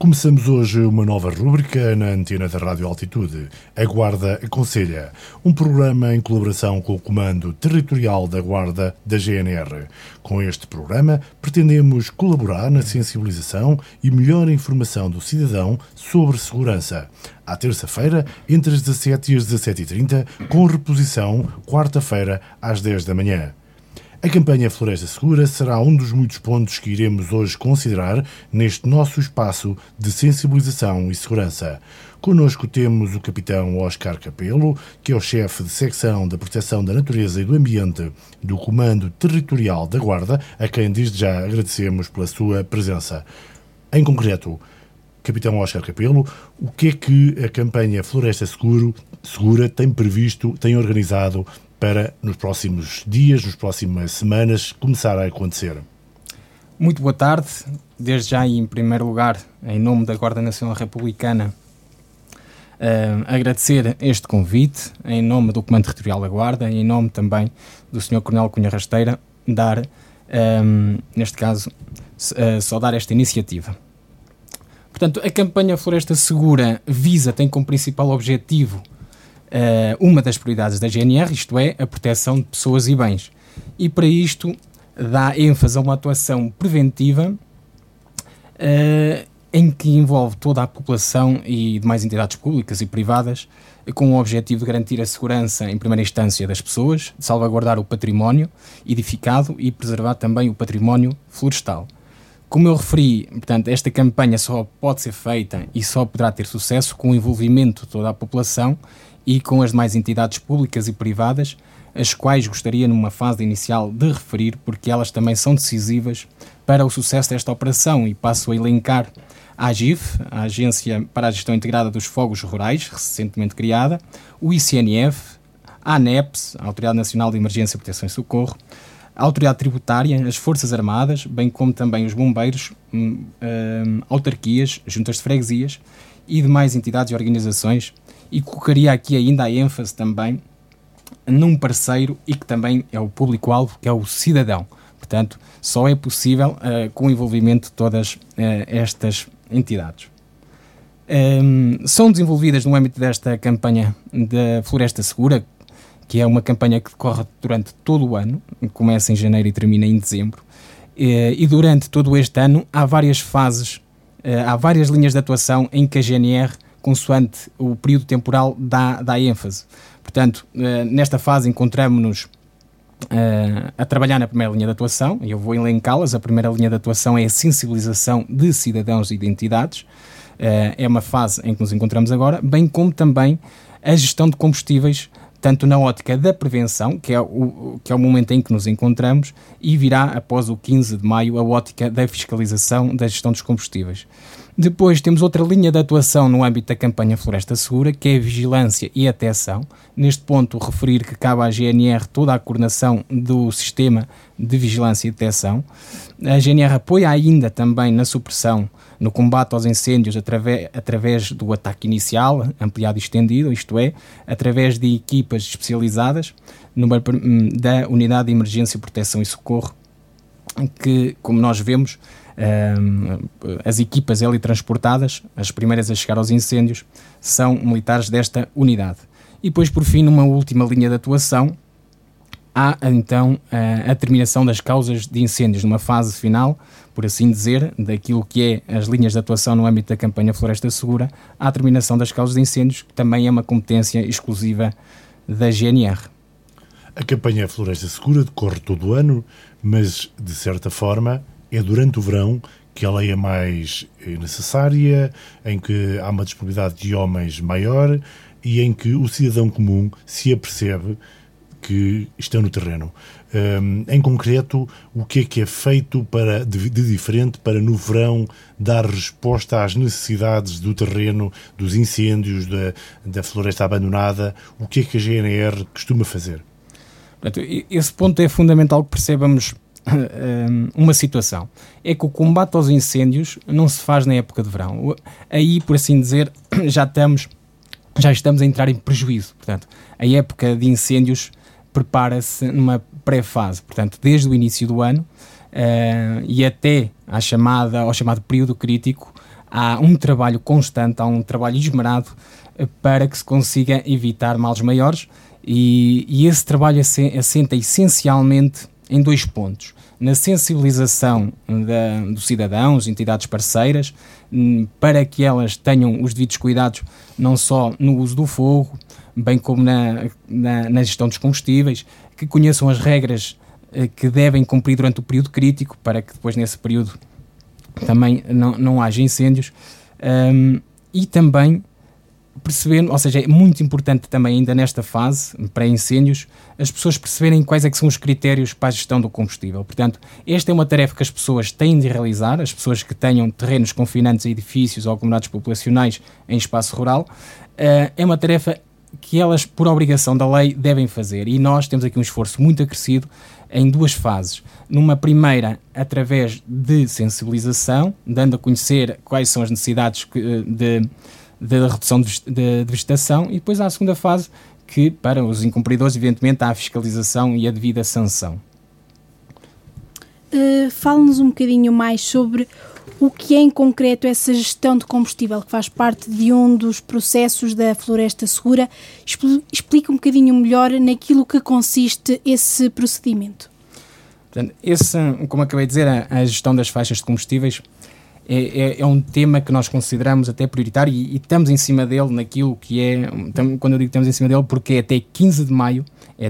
Começamos hoje uma nova rúbrica na antena da Rádio Altitude, A Guarda Aconselha, um programa em colaboração com o Comando Territorial da Guarda da GNR. Com este programa, pretendemos colaborar na sensibilização e melhor informação do cidadão sobre segurança. À terça-feira, entre as 17 e as 17h30, com reposição, quarta-feira, às 10 da manhã. A campanha Floresta Segura será um dos muitos pontos que iremos hoje considerar neste nosso espaço de sensibilização e segurança. Connosco temos o capitão Oscar Capelo, que é o chefe de secção da Proteção da Natureza e do Ambiente do Comando Territorial da Guarda, a quem desde já agradecemos pela sua presença. Em concreto, capitão Oscar Capelo, o que é que a campanha Floresta Segura tem previsto, tem organizado para, nos próximos dias, nas próximas semanas, começar a acontecer? Muito boa tarde. Desde já, em primeiro lugar, em nome da Guarda Nacional Republicana, agradecer este convite, em nome do Comando Territorial da Guarda, em nome também do Sr. Coronel Cunha Rasteira, dar, neste caso, saudar esta iniciativa. Portanto, a campanha Floresta Segura tem como principal objetivo uma das prioridades da GNR, isto é, a proteção de pessoas e bens. E para isto dá ênfase a uma atuação preventiva em que envolve toda a população e demais entidades públicas e privadas, com o objetivo de garantir a segurança, em primeira instância, das pessoas, de salvaguardar o património edificado e preservar também o património florestal. Como eu referi, portanto, esta campanha só pode ser feita e só poderá ter sucesso com o envolvimento de toda a população e com as demais entidades públicas e privadas, as quais gostaria numa fase inicial de referir, porque elas também são decisivas para o sucesso desta operação, e passo a elencar a AGIF, a Agência para a Gestão Integrada dos Fogos Rurais, recentemente criada, o ICNF, a ANEPS, a Autoridade Nacional de Emergência, Proteção e Socorro, a Autoridade Tributária, as Forças Armadas, bem como também os bombeiros, autarquias, juntas de freguesias e demais entidades e organizações, e colocaria aqui ainda a ênfase também num parceiro e que também é o público-alvo, que é o cidadão. Portanto, só é possível com o envolvimento de todas estas entidades. São desenvolvidas no âmbito desta campanha da Floresta Segura, que é uma campanha que decorre durante todo o ano, começa em janeiro e termina em dezembro, e durante todo este ano há várias fases, há várias linhas de atuação em que a GNR, consoante o período temporal, dá ênfase. Portanto, nesta fase encontramos-nos a trabalhar na primeira linha de atuação, e eu vou elencá-las. A primeira linha de atuação é a sensibilização de cidadãos e de entidades, é uma fase em que nos encontramos agora, bem como também a gestão de combustíveis, tanto na ótica da prevenção, que é o momento em que nos encontramos, e virá, após o 15 de maio, a ótica da fiscalização da gestão dos combustíveis. Depois temos outra linha de atuação no âmbito da campanha Floresta Segura, que é a vigilância e a detecção. Neste ponto, referir que cabe à GNR toda a coordenação do sistema de vigilância e detecção. A GNR apoia ainda também na supressão, no combate aos incêndios através do ataque inicial, ampliado e estendido, isto é, através de equipas especializadas da Unidade de Emergência, Proteção e Socorro, que, como nós vemos, as equipas ali transportadas, as primeiras a chegar aos incêndios, são militares desta unidade. E depois, por fim, numa última linha de atuação, há então a terminação das causas de incêndios, numa fase final, por assim dizer, daquilo que é as linhas de atuação no âmbito da campanha Floresta Segura, há a terminação das causas de incêndios, que também é uma competência exclusiva da GNR. A campanha Floresta Segura decorre todo o ano, mas, de certa forma, é durante o verão que ela é mais necessária, em que há uma disponibilidade de homens maior e em que o cidadão comum se apercebe que estão no terreno. Em concreto, o que é feito de diferente para no verão dar resposta às necessidades do terreno, dos incêndios, da floresta abandonada? O que é que a GNR costuma fazer? Portanto, esse ponto é fundamental que percebamos uma situação. É que o combate aos incêndios não se faz na época de verão. Aí, por assim dizer, já estamos a entrar em prejuízo. Portanto, a época de incêndios prepara-se numa pré-fase. Portanto, desde o início do ano e até ao chamado período crítico, há um trabalho constante, há um trabalho esmerado para que se consiga evitar males maiores, e esse trabalho assenta essencialmente em 2 pontos: na sensibilização dos cidadãos, entidades parceiras, para que elas tenham os devidos cuidados não só no uso do fogo, bem como na gestão dos combustíveis, que conheçam as regras que devem cumprir durante o período crítico, para que depois nesse período também não haja incêndios, e também percebendo, ou seja, é muito importante também ainda nesta fase, para incêndios, as pessoas perceberem quais é que são os critérios para a gestão do combustível. Portanto, esta é uma tarefa que as pessoas têm de realizar, as pessoas que tenham terrenos confinantes a edifícios ou comunidades populacionais em espaço rural, é uma tarefa que elas, por obrigação da lei, devem fazer, e nós temos aqui um esforço muito acrescido em 2 fases. Numa primeira, através de sensibilização, dando a conhecer quais são as necessidades de redução de vegetação, e depois há a segunda fase, que para os incumpridores, evidentemente, há a fiscalização e a devida sanção. Fale-nos um bocadinho mais sobre o que é em concreto essa gestão de combustível, que faz parte de um dos processos da Floresta Segura. Explica um bocadinho melhor naquilo que consiste esse procedimento. Portanto, como acabei de dizer, a gestão das faixas de combustíveis é um tema que nós consideramos até prioritário, e estamos em cima dele naquilo que é, quando eu digo que estamos em cima dele, porque é até 15 de maio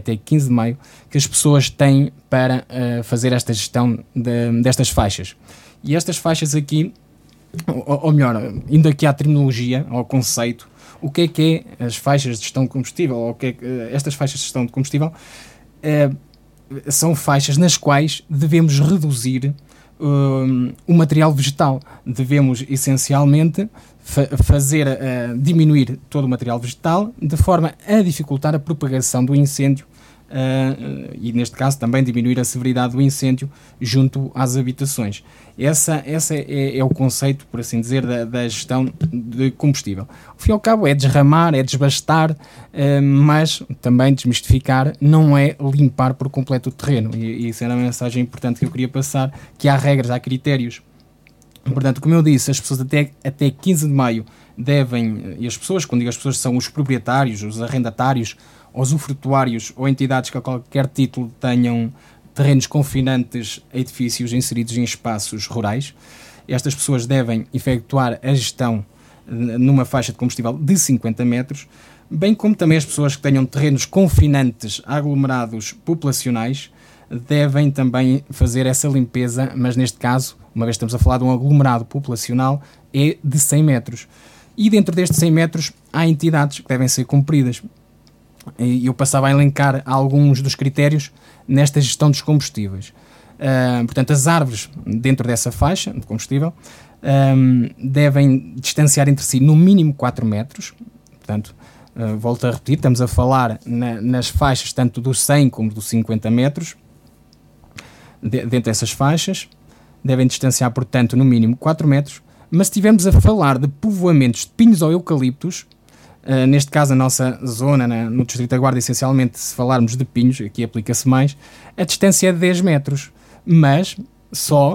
que as pessoas têm para fazer esta gestão destas faixas. E estas faixas aqui, ou melhor, indo aqui à terminologia, ao conceito, o que é as faixas de gestão de combustível, ou o que é estas faixas de gestão de combustível? São faixas nas quais devemos reduzir o material vegetal. Devemos essencialmente diminuir todo o material vegetal, de forma a dificultar a propagação do incêndio, e neste caso também diminuir a severidade do incêndio junto às habitações. Esse é o conceito, por assim dizer, da gestão de combustível. Ao fim e ao cabo é desramar, é desbastar, mas também desmistificar, não é limpar por completo o terreno, e isso era a mensagem importante que eu queria passar, que há regras, há critérios. Portanto, como eu disse, as pessoas até 15 de maio devem, e as pessoas, quando digo as pessoas, são os proprietários, os arrendatários, os usufrutuários ou entidades que a qualquer título tenham terrenos confinantes a edifícios inseridos em espaços rurais. Estas pessoas devem efetuar a gestão numa faixa de combustível de 50 metros, bem como também as pessoas que tenham terrenos confinantes a aglomerados populacionais devem também fazer essa limpeza, mas neste caso, uma vez que estamos a falar de um aglomerado populacional, é de 100 metros. E dentro destes 100 metros há entidades que devem ser cumpridas. Eu passava a elencar alguns dos critérios nesta gestão dos combustíveis. Portanto, as árvores dentro dessa faixa de combustível devem distanciar entre si no mínimo 4 metros. Portanto, volto a repetir, estamos a falar nas faixas tanto dos 100 como dos 50 metros. Dentro dessas faixas devem distanciar, portanto, no mínimo 4 metros. Mas se estivermos a falar de povoamentos de pinhos ou eucaliptos, neste caso a nossa zona no Distrito da Guarda, essencialmente, se falarmos de pinhos, aqui aplica-se mais, a distância é de 10 metros, mas só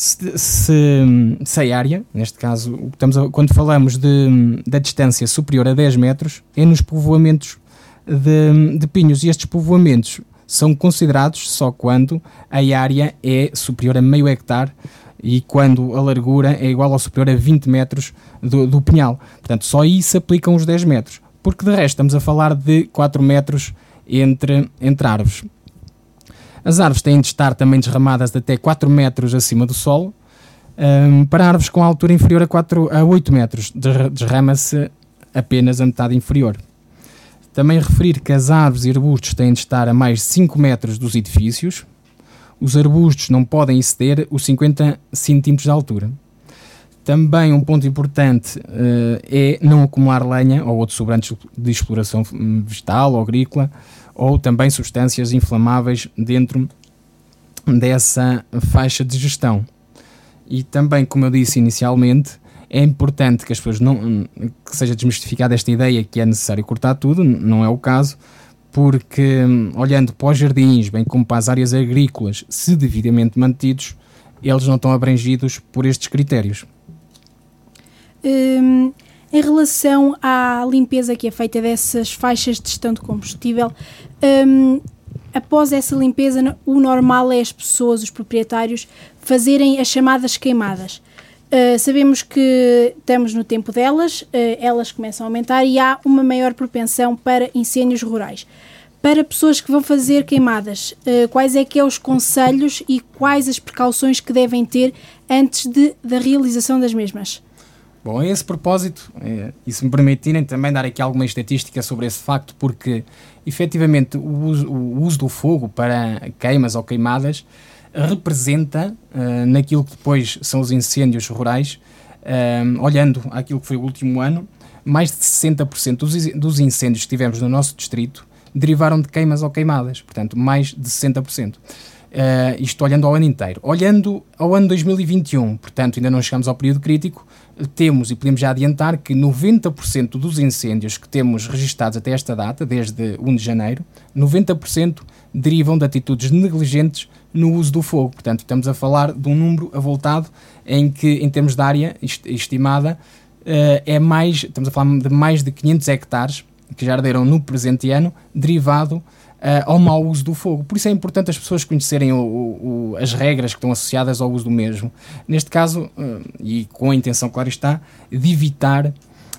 se a área, neste caso, quando falamos da distância superior a 10 metros, é nos povoamentos de pinhos, e estes povoamentos são considerados só quando a área é superior a meio hectare e quando a largura é igual ou superior a 20 metros do pinhal. Portanto, só aí se aplicam os 10 metros, porque de resto estamos a falar de 4 metros entre árvores. As árvores têm de estar também desramadas de até 4 metros acima do solo. Para árvores com altura inferior a 8 metros, desrama-se apenas a metade inferior. Também referir que as árvores e arbustos têm de estar a mais de 5 metros dos edifícios. Os arbustos não podem exceder os 50 cm de altura. Também um ponto importante é não acumular lenha ou outros sobrantes de exploração vegetal ou agrícola, ou também substâncias inflamáveis dentro dessa faixa de gestão. E também, como eu disse inicialmente, é importante que as pessoas que seja desmistificada esta ideia que é necessário cortar tudo, não é o caso, porque olhando para os jardins, bem como para as áreas agrícolas, se devidamente mantidos, eles não estão abrangidos por estes critérios. Em relação à limpeza que é feita dessas faixas de gestão de combustível, após essa limpeza, o normal é as pessoas, os proprietários, fazerem as chamadas queimadas. Sabemos que estamos no tempo delas, elas começam a aumentar e há uma maior propensão para incêndios rurais. Para pessoas que vão fazer queimadas, quais é que é os conselhos e quais as precauções que devem ter antes da realização das mesmas? Bom, a esse propósito, e se me permitirem também dar aqui alguma estatística sobre esse facto, porque efetivamente o uso do fogo para queimas ou queimadas representa, naquilo que depois são os incêndios rurais, olhando aquilo que foi o último ano, mais de 60% dos incêndios que tivemos no nosso distrito derivaram de queimas ou queimadas, portanto mais de 60%. Isto olhando ao ano inteiro. Olhando ao ano 2021, portanto ainda não chegamos ao período crítico, temos e podemos já adiantar que 90% dos incêndios que temos registados até esta data, desde 1 de janeiro, 90% derivam de atitudes negligentes no uso do fogo. Portanto, estamos a falar de um número avultado em que, em termos de área estimada, estamos a falar de mais de 500 hectares que já arderam no presente ano, derivado ao mau uso do fogo. Por isso é importante as pessoas conhecerem as regras que estão associadas ao uso do mesmo. Neste caso, e com a intenção, claro está, de evitar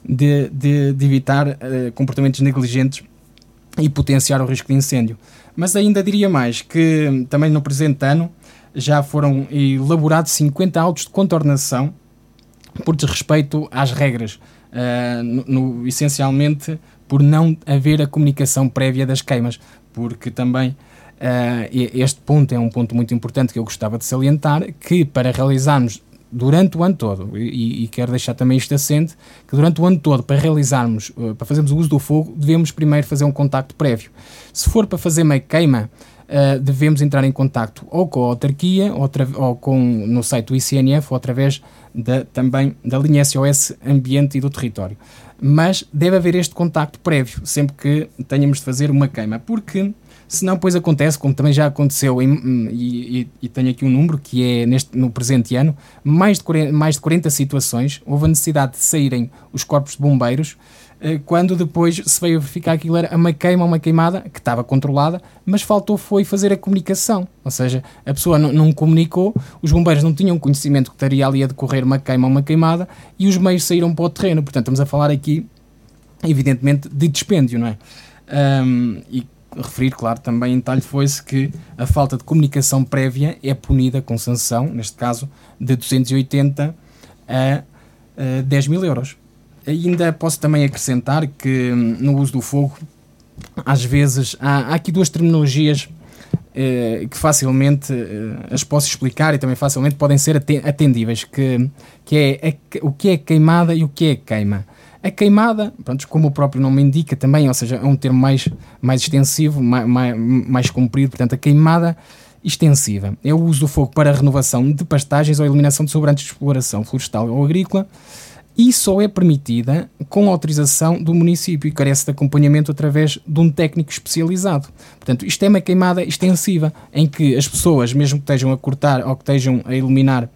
comportamentos negligentes e potenciar o risco de incêndio. Mas ainda diria mais que também no presente ano já foram elaborados 50 autos de contornação por desrespeito às regras, essencialmente por não haver a comunicação prévia das queimas, porque também este ponto é um ponto muito importante que eu gostava de salientar, que para realizarmos durante o ano todo, e quero deixar também isto assente, que durante o ano todo, para fazermos o uso do fogo, devemos primeiro fazer um contacto prévio. Se for para fazer uma queima, devemos entrar em contacto ou com a autarquia, ou no site do ICNF, ou através também da linha SOS Ambiente e do Território. Mas deve haver este contacto prévio, sempre que tenhamos de fazer uma queima, porque senão depois acontece, como também já aconteceu, e tenho aqui um número, que é no presente ano, mais de 40 situações, houve a necessidade de saírem os corpos de bombeiros, quando depois se veio verificar que aquilo era uma queimada, que estava controlada, mas foi fazer a comunicação, ou seja, a pessoa não comunicou, os bombeiros não tinham conhecimento que estaria ali a decorrer uma queima ou uma queimada, e os meios saíram para o terreno. Portanto, estamos a falar aqui, evidentemente, de dispêndio, não é? E referir, claro, também em detalhe foi-se que a falta de comunicação prévia é punida com sanção, neste caso, de 280 a 10 mil euros. Ainda posso também acrescentar que no uso do fogo, às vezes, há aqui duas terminologias que facilmente as posso explicar e também facilmente podem ser atendíveis, que é o que é queimada e o que é queima. A queimada, pronto, como o próprio nome indica também, ou seja, é um termo mais extensivo, mais comprido, portanto, a queimada extensiva é o uso do fogo para a renovação de pastagens ou eliminação de sobrantes de exploração florestal ou agrícola, e só é permitida com autorização do município e carece de acompanhamento através de um técnico especializado. Portanto, isto é uma queimada extensiva, em que as pessoas, mesmo que estejam a cortar ou que estejam a eliminar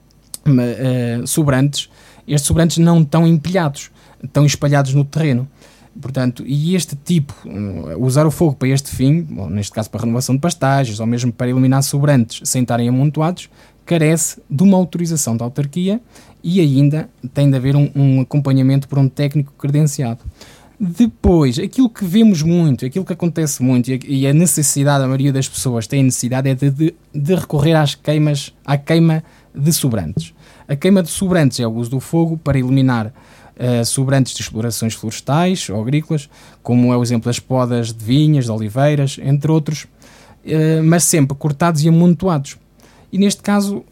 sobrantes, estes sobrantes não estão empilhados, estão espalhados no terreno. Portanto, e este tipo, usar o fogo para este fim, ou neste caso para a renovação de pastagens, ou mesmo para eliminar sobrantes sem estarem amontoados, carece de uma autorização da autarquia e ainda tem de haver um acompanhamento por um técnico credenciado. Depois, aquilo que vemos muito, aquilo que acontece muito e a necessidade, a maioria das pessoas tem necessidade é de recorrer à queima de sobrantes. A queima de sobrantes é o uso do fogo para eliminar sobrantes de explorações florestais ou agrícolas, como é o exemplo das podas de vinhas, de oliveiras, entre outros, mas sempre cortados e amontoados. E neste caso,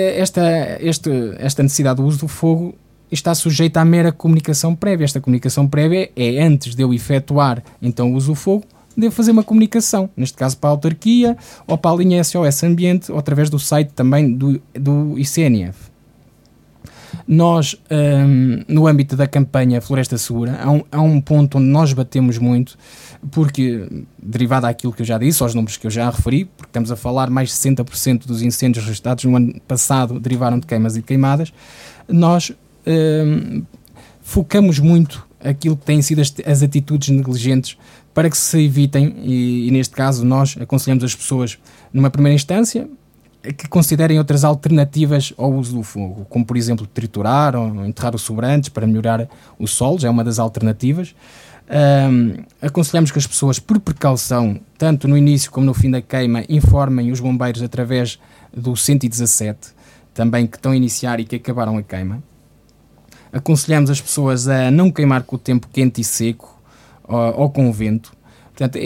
esta necessidade do uso do fogo está sujeita à mera comunicação prévia. Esta comunicação prévia é antes de eu efetuar então o uso do fogo, devo fazer uma comunicação, neste caso para a autarquia ou para a linha SOS Ambiente ou através do site também do ICNF. Nós, no âmbito da campanha Floresta Segura, há um ponto onde nós batemos muito, porque, derivado daquilo que eu já disse, aos números que eu já referi, porque estamos a falar mais de 60% dos incêndios registrados no ano passado derivaram de queimas e queimadas, nós focamos muito aquilo que têm sido as atitudes negligentes para que se evitem, e neste caso nós aconselhamos as pessoas, numa primeira instância, que considerem outras alternativas ao uso do fogo, como por exemplo triturar ou enterrar os sobrantes para melhorar o solo, já é uma das alternativas. Aconselhamos que as pessoas, por precaução, tanto no início como no fim da queima, informem os bombeiros através do 117, também que estão a iniciar e que acabaram a queima. Aconselhamos as pessoas a não queimar com o tempo quente e seco ou com o vento. Portanto,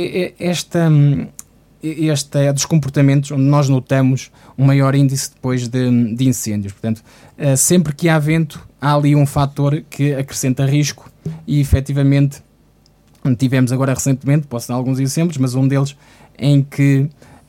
este é dos comportamentos onde nós notamos um maior índice depois de incêndios. Portanto, sempre que há vento, há ali um fator que acrescenta risco e, efetivamente, tivemos agora recentemente, posso dar alguns exemplos, mas um deles em que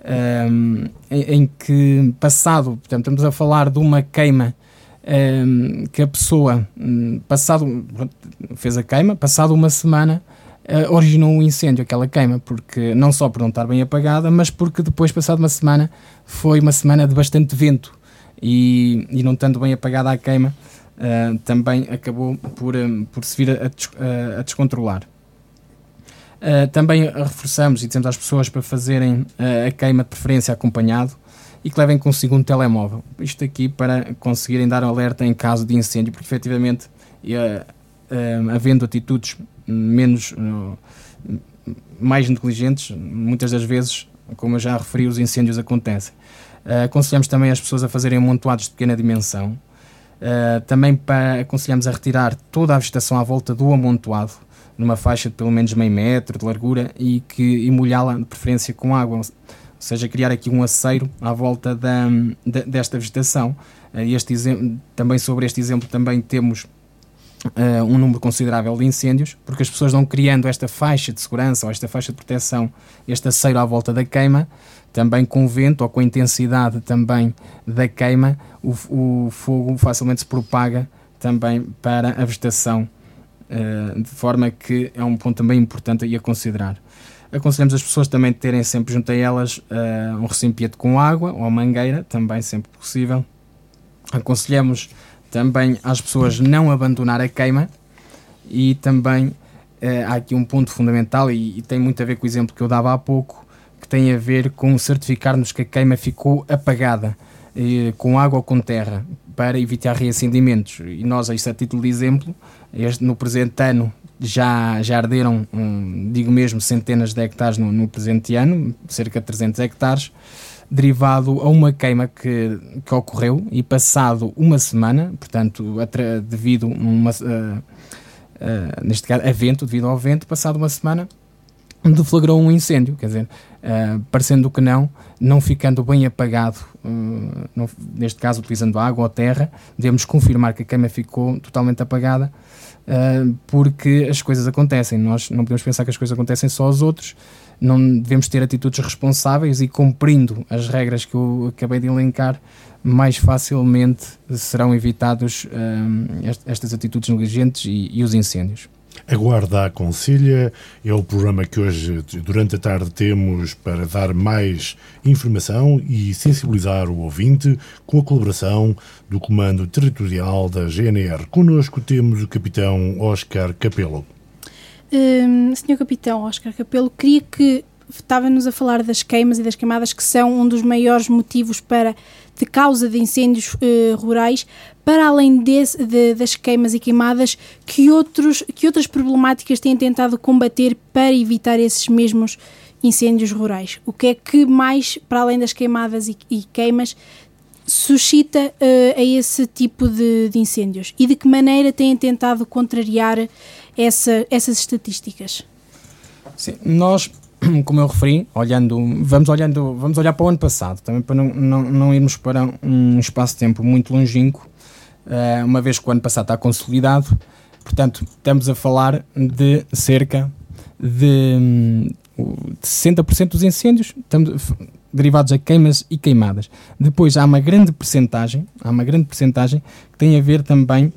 passado, portanto, estamos a falar de uma queima que a pessoa fez a queima, passado uma semana originou um incêndio, aquela queima, porque não só por não estar bem apagada, mas porque depois, passado uma semana, foi uma semana de bastante vento e não estando bem apagada a queima, também acabou por se vir a descontrolar. Também reforçamos e dizemos às pessoas para fazerem a queima de preferência acompanhado e que levem consigo um telemóvel. Isto aqui para conseguirem dar alerta em caso de incêndio, porque efetivamente, havendo atitudes mais negligentes, muitas das vezes, como eu já referi, os incêndios acontecem. Aconselhamos também as pessoas a fazerem amontoados de pequena dimensão. Também aconselhamos a retirar toda a vegetação à volta do amontoado, numa faixa de pelo menos meio metro de largura e molhá-la de preferência com água, ou seja, criar aqui um aceiro à volta desta vegetação. Também sobre este exemplo também temos um número considerável de incêndios, porque as pessoas não criando esta faixa de segurança ou esta faixa de proteção, este aceiro à volta da queima, também com o vento ou com a intensidade também da queima, o fogo facilmente se propaga também para a vegetação, de forma que é um ponto também importante a considerar. Aconselhamos as pessoas também a terem sempre junto a elas um recipiente com água ou mangueira, também sempre possível. Aconselhamos também às pessoas não abandonar a queima e também há aqui um ponto fundamental e tem muito a ver com o exemplo que eu dava há pouco, que tem a ver com certificar-nos que a queima ficou apagada com água ou com terra para evitar reacendimentos. E nós, a título de exemplo, no presente ano já arderam, digo mesmo, centenas de hectares no presente ano, cerca de 300 hectares, derivado a uma queima que ocorreu e passado uma semana, portanto, devido neste caso, devido ao vento, passado uma semana, deflagrou um incêndio, quer dizer, parecendo que não ficando bem apagado, neste caso utilizando água ou terra, devemos confirmar que a queima ficou totalmente apagada, porque as coisas acontecem, nós não podemos pensar que as coisas acontecem só aos outros, não devemos ter atitudes responsáveis e cumprindo as regras que eu acabei de elencar, mais facilmente serão evitados estas atitudes negligentes e os incêndios. A Guarda Aconselha é o programa que hoje, durante a tarde, temos para dar mais informação e sensibilizar o ouvinte com a colaboração do Comando Territorial da GNR. Connosco temos o Capitão Óscar Capelo. Senhor Capitão Óscar Capelo, queria que estava-nos a falar das queimas e das queimadas, que são um dos maiores motivos de causa de incêndios rurais. Para além das queimas e queimadas, que outras problemáticas têm tentado combater para evitar esses mesmos incêndios rurais? O que é que mais, para além das queimadas e queimas, suscita a esse tipo de incêndios? E de que maneira têm tentado contrariar essas estatísticas? Sim, nós, como eu referi, vamos olhar para o ano passado, também para não irmos para um espaço de tempo muito longínquo, uma vez que o ano passado está consolidado. Portanto, estamos a falar de cerca de 60% dos incêndios derivados a queimas e queimadas. Depois há uma grande percentagem que tem a ver também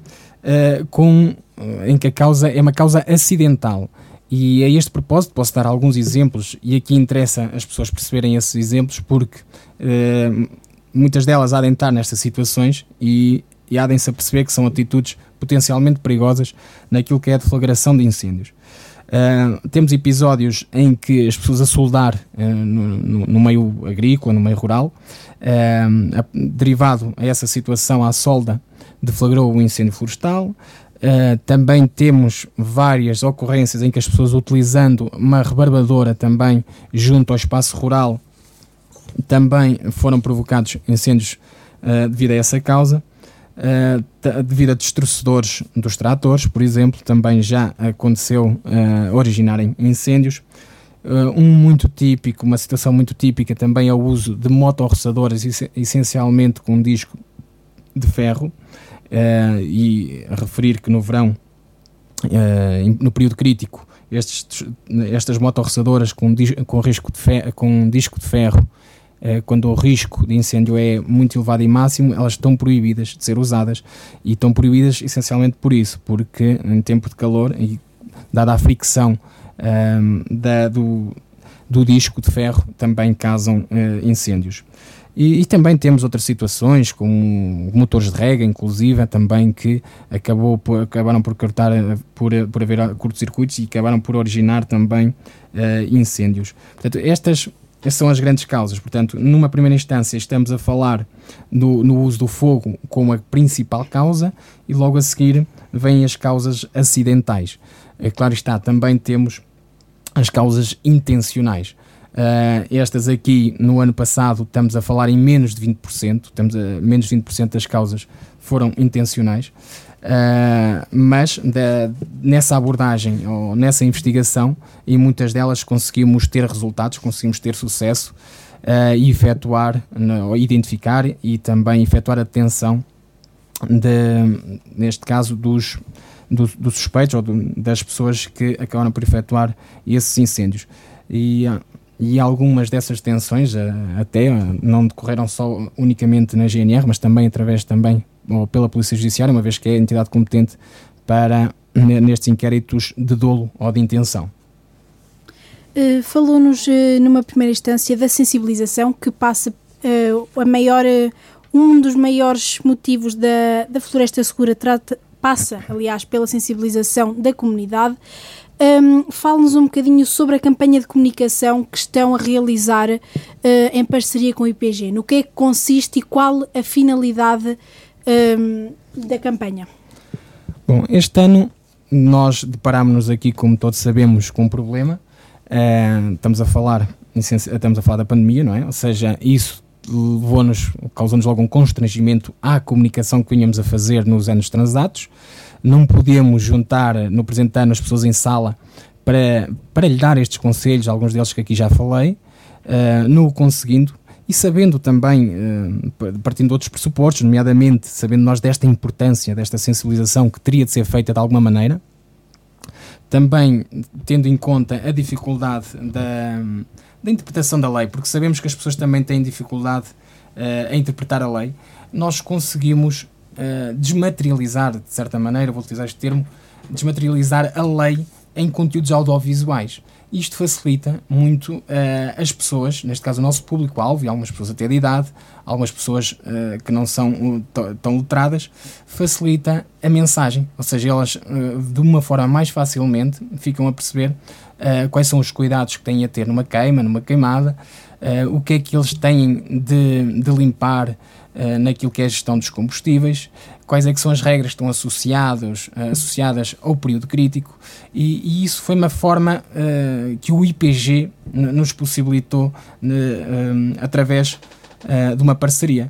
em que a causa é uma causa acidental. E a este propósito posso dar alguns exemplos, e aqui interessa as pessoas perceberem esses exemplos, porque muitas delas há de estar nestas situações e e há de se perceber que são atitudes potencialmente perigosas naquilo que é a deflagração de incêndios. Temos episódios em que as pessoas a soldar no meio agrícola, no meio rural, derivado a essa situação, à solda, deflagrou o incêndio florestal. Também temos várias ocorrências em que as pessoas, utilizando uma rebarbadora também junto ao espaço rural, também foram provocados incêndios devido a essa causa. Devido a destroçadores dos tratores, por exemplo, também já aconteceu originarem incêndios. Uma situação muito típica também é o uso de motorroçadoras, essencialmente com um disco de ferro, e a referir que no verão, no período crítico, estas motorroçadoras com disco de ferro, quando o risco de incêndio é muito elevado e máximo, elas estão proibidas de ser usadas, e estão proibidas essencialmente por isso, porque em tempo de calor, e dada a fricção do disco de ferro, também causam incêndios. E também temos outras situações, como motores de rega, inclusive, também, que acabaram por haver curtos-circuitos e acabaram por originar também incêndios. Portanto, estas são as grandes causas. Portanto, numa primeira instância, estamos a falar no uso do fogo como a principal causa, e logo a seguir vêm as causas acidentais. Claro está, também temos as causas intencionais. Estas aqui, no ano passado, estamos a falar em menos de 20%, menos de 20% das causas foram intencionais. Mas nessa abordagem ou nessa investigação, e muitas delas conseguimos ter resultados, conseguimos ter sucesso, e identificar e também efetuar a detenção neste caso dos suspeitos ou das pessoas que acabaram por efetuar esses incêndios. E algumas dessas detenções até não decorreram só unicamente na GNR, mas também ou pela Polícia Judiciária, uma vez que é a entidade competente nestes inquéritos de dolo ou de intenção. Falou-nos numa primeira instância da sensibilização, que passa um dos maiores motivos da Floresta Segura passa, aliás, pela sensibilização da comunidade. Fale-nos um bocadinho sobre a campanha de comunicação que estão a realizar em parceria com o IPG. No que é que consiste e qual a finalidade da campanha? Bom, este ano nós deparámos-nos aqui, como todos sabemos, com um problema. Estamos a falar da pandemia, não é? Ou seja, isso causou-nos logo um constrangimento à comunicação que vinhamos a fazer nos anos transatos. Não podemos juntar no presente ano as pessoas em sala para lhe dar estes conselhos, alguns deles que aqui já falei, não o conseguindo, e sabendo também, partindo de outros pressupostos, nomeadamente sabendo nós desta importância, desta sensibilização que teria de ser feita de alguma maneira, também tendo em conta a dificuldade da interpretação da lei, porque sabemos que as pessoas também têm dificuldade a interpretar a lei, nós conseguimos desmaterializar, de certa maneira, vou utilizar este termo, desmaterializar a lei em conteúdos audiovisuais. Isto facilita muito as pessoas, neste caso o nosso público-alvo, e algumas pessoas até de idade, algumas pessoas que não são tão letradas, facilita a mensagem, ou seja, elas de uma forma mais facilmente ficam a perceber quais são os cuidados que têm a ter numa queimada, o que é que eles têm de limpar naquilo que é a gestão dos combustíveis, quais é que são as regras que estão associadas ao período crítico, e isso foi uma forma que o IPG nos possibilitou através de uma parceria.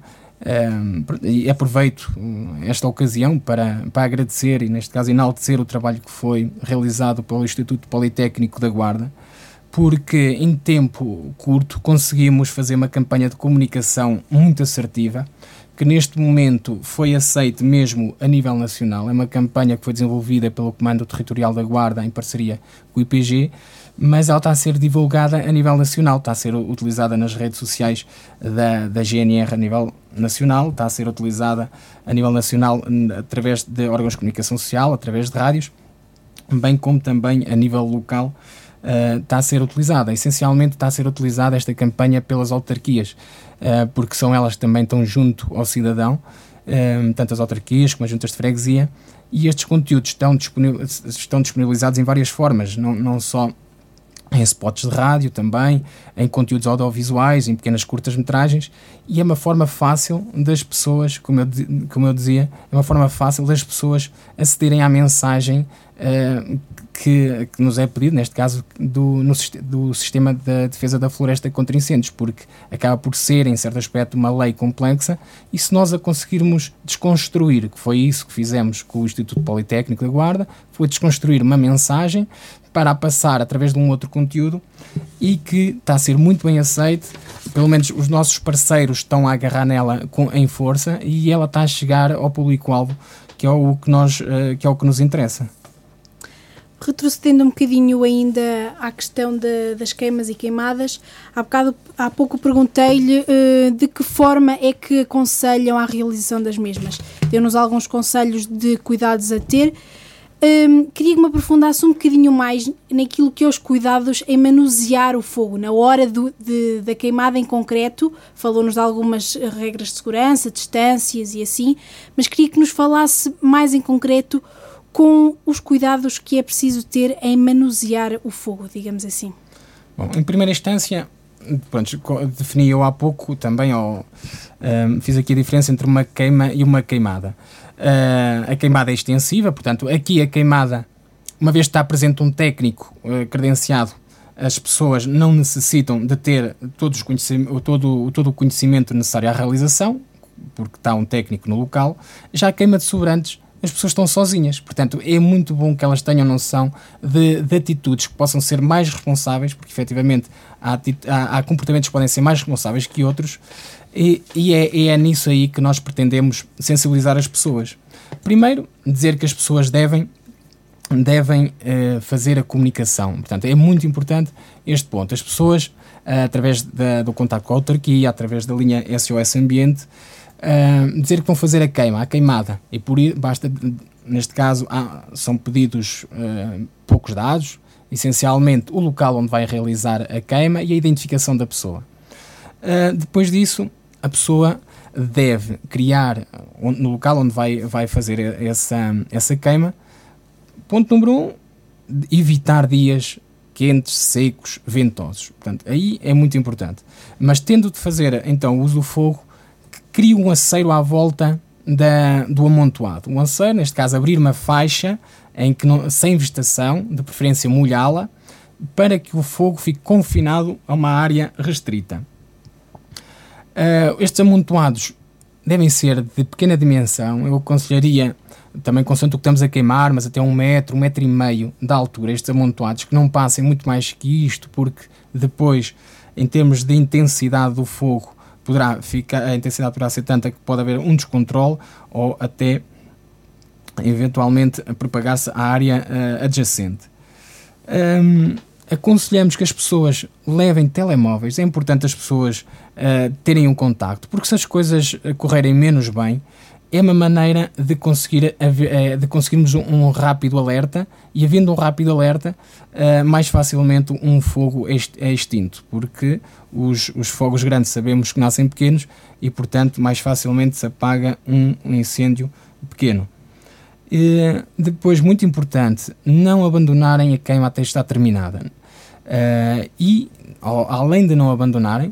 E aproveito esta ocasião para agradecer e, neste caso, enaltecer o trabalho que foi realizado pelo Instituto Politécnico da Guarda, porque em tempo curto conseguimos fazer uma campanha de comunicação muito assertiva, que neste momento foi aceite mesmo a nível nacional. É uma campanha que foi desenvolvida pelo Comando Territorial da Guarda em parceria com o IPG, mas ela está a ser divulgada a nível nacional, está a ser utilizada nas redes sociais da GNR a nível nacional, está a ser utilizada a nível nacional através de órgãos de comunicação social, através de rádios, bem como também a nível local. Está a ser utilizada, essencialmente está a ser utilizada esta campanha pelas autarquias, porque são elas que também estão junto ao cidadão, tanto as autarquias como as juntas de freguesia, e estes conteúdos estão disponibilizados em várias formas, não só em spots de rádio também, em conteúdos audiovisuais, em pequenas curtas-metragens, e é uma forma fácil das pessoas, como eu dizia, é uma forma fácil das pessoas acederem à mensagem que nos é pedido, neste caso do Sistema de Defesa da Floresta contra Incêndios, porque acaba por ser, em certo aspecto, uma lei complexa, e se nós a conseguirmos desconstruir, que foi isso que fizemos com o Instituto Politécnico da Guarda, foi desconstruir uma mensagem para a passar através de um outro conteúdo, e que está a ser muito bem aceito, pelo menos os nossos parceiros estão a agarrar nela em força, e ela está a chegar ao público-alvo, que é o que nos interessa. Retrocedendo um bocadinho ainda à questão das queimas e queimadas, há pouco perguntei-lhe de que forma é que aconselham a realização das mesmas. Deu-nos alguns conselhos de cuidados a ter. Queria que me aprofundasse um bocadinho mais naquilo que é os cuidados em manusear o fogo, na hora da queimada em concreto. Falou-nos de algumas regras de segurança, distâncias e assim, mas queria que nos falasse mais em concreto com os cuidados que é preciso ter em manusear o fogo, digamos assim. Bom, em primeira instância, pronto, defini eu há pouco também, fiz aqui a diferença entre uma queima e uma queimada. A queimada é extensiva, portanto, aqui a queimada, uma vez que está presente um técnico credenciado, as pessoas não necessitam de ter todo o conhecimento necessário à realização, porque está um técnico no local. Já a queima de sobrantes, as pessoas estão sozinhas, portanto é muito bom que elas tenham noção de atitudes que possam ser mais responsáveis, porque efetivamente há comportamentos que podem ser mais responsáveis que outros, e é nisso aí que nós pretendemos sensibilizar as pessoas. Primeiro, dizer que as pessoas devem fazer a comunicação, portanto é muito importante este ponto. As pessoas, através do contacto com a autarquia, através da linha SOS Ambiente, dizer que vão fazer a queimada, e por isso basta, neste caso são pedidos poucos dados, essencialmente o local onde vai realizar a queima e a identificação da pessoa. Depois disso, a pessoa deve criar no local onde vai fazer essa queima. Ponto número 1, evitar dias quentes, secos, ventosos. Portanto, aí é muito importante. Mas tendo de fazer então o uso do fogo, cria um aceiro à volta do amontoado. Um aceiro, neste caso, abrir uma faixa sem vegetação, de preferência molhá-la, para que o fogo fique confinado a uma área restrita. Estes amontoados devem ser de pequena dimensão. Eu aconselharia, também consoante o que estamos a queimar, mas até 1 metro, 1,5 metro de altura, estes amontoados, que não passem muito mais que isto, porque depois, em termos de intensidade do fogo, a intensidade poderá ser tanta que pode haver um descontrole ou até, eventualmente, propagar-se à área adjacente. Aconselhamos que as pessoas levem telemóveis. É importante as pessoas terem um contacto, porque se as coisas correrem menos bem, é uma maneira de conseguirmos um rápido alerta, e havendo um rápido alerta, mais facilmente um fogo é extinto, porque os fogos grandes sabemos que nascem pequenos e, portanto, mais facilmente se apaga um incêndio pequeno. Depois, muito importante, não abandonarem a queima até estar terminada. E, além de não abandonarem,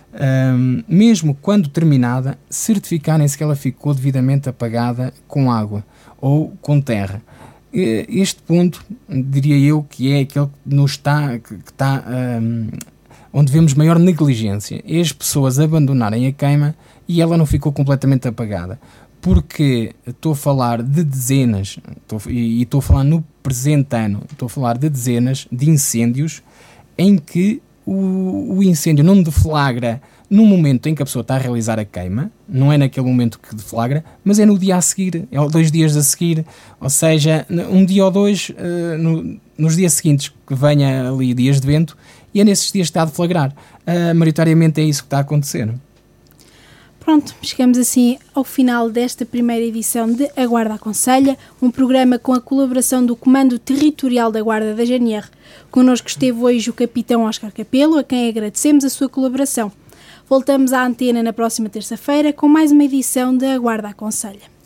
mesmo quando terminada, certificarem-se que ela ficou devidamente apagada com água ou com terra. Este ponto, diria eu, que é aquele que está onde vemos maior negligência, é as pessoas abandonarem a queima e ela não ficou completamente apagada. Porque estou a falar de dezenas, e estou a falar no presente ano, estou a falar de dezenas de incêndios em que o incêndio não deflagra no momento em que a pessoa está a realizar a queima, não é naquele momento que deflagra, mas é no dia a seguir, é 2 dias a seguir, ou seja, um dia ou 2 nos dias seguintes que venha ali dias de vento, e é nesses dias que está a deflagrar. Maioritariamente é isso que está a acontecer. Pronto, chegamos assim ao final desta primeira edição de A Guarda Aconselha, um programa com a colaboração do Comando Territorial da Guarda da GNR. Connosco esteve hoje o Capitão Óscar Capelo, a quem agradecemos a sua colaboração. Voltamos à antena na próxima terça-feira com mais uma edição da Guarda Aconselha.